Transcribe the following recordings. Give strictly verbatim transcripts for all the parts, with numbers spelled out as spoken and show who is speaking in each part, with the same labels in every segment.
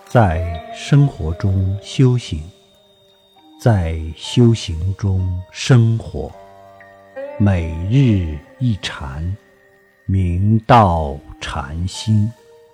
Speaker 1: 在生活中修行，在修行中生活，每日一禅，明道禅心。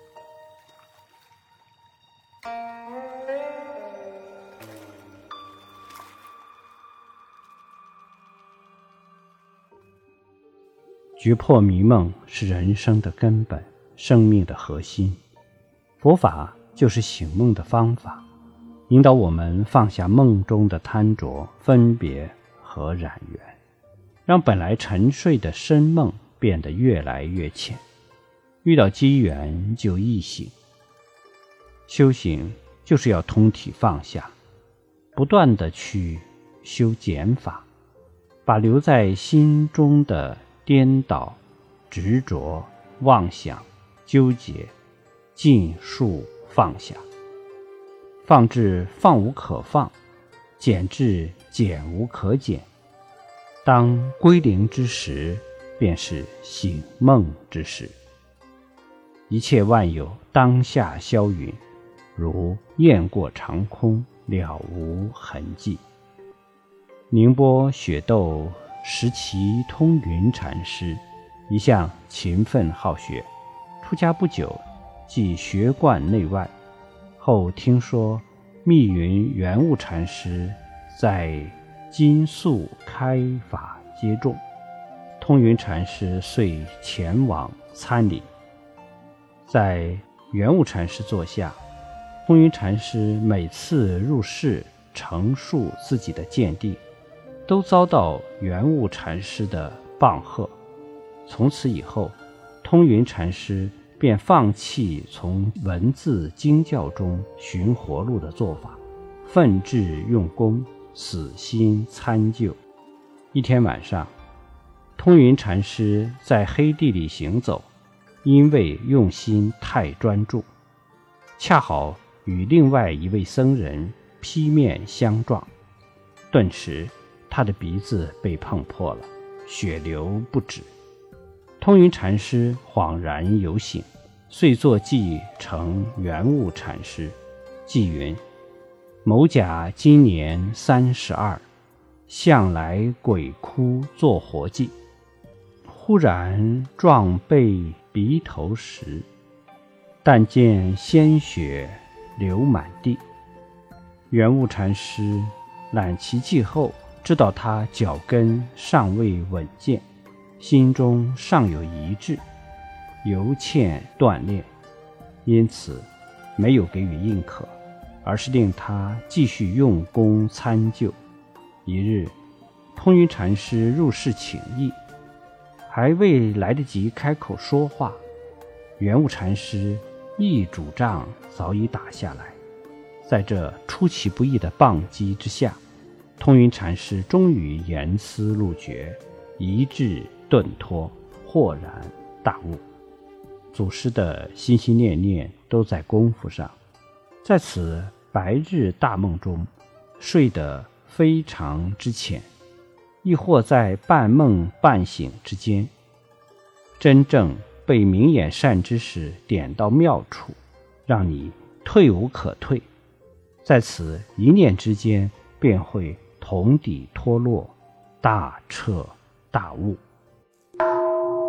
Speaker 1: 觉破迷梦是人生的根本，生命的核心。佛法就是醒梦的方法，引导我们放下梦中的贪着、分别和染缘，让本来沉睡的深梦变得越来越浅，遇到机缘就易醒。修行就是要通体放下，不断地去修减法，把留在心中的颠倒、执着、妄想、纠结尽数放下，放至放无可放，减至减无可减。当归零之时，便是醒梦之时。一切万有当下消云，如雁过长空，了无痕迹。宁波雪窦时期通云禅师一向勤奋好学，出家不久即学贯内外，后听说密云圆悟禅师在金粟开法接众，通云禅师遂前往参礼。在圆悟禅师座下，通云禅师每次入室陈述自己的见地，都遭到圆悟禅师的棒喝。从此以后，通云禅师便放弃从文字经教中寻活路的做法，奋志用功，死心参究。一天晚上，通云禅师在黑地里行走，因为用心太专注，恰好与另外一位僧人劈面相撞，顿时他的鼻子被碰破了，血流不止。通云禅师恍然有醒，遂作记成圆悟禅师，记云：某甲今年三十二，向来鬼哭做活计，忽然撞背鼻头时，但见鲜血流满地。圆悟禅师览其记后，知道他脚跟尚未稳健，心中尚有疑志，犹欠锻炼，因此没有给予认可，而是令他继续用功参究。一日，通云禅师入室请益，还未来得及开口说话，圆悟禅师一拄杖早已打下来。在这出其不意的棒击之下，通云禅师终于严思路决，一致顿脱，豁然大悟。祖师的心心念念都在功夫上，在此白日大梦中睡得非常之浅，亦或在半梦半醒之间，真正被明眼善知识点到妙处，让你退无可退，在此一念之间便会同底脱落，大彻大悟。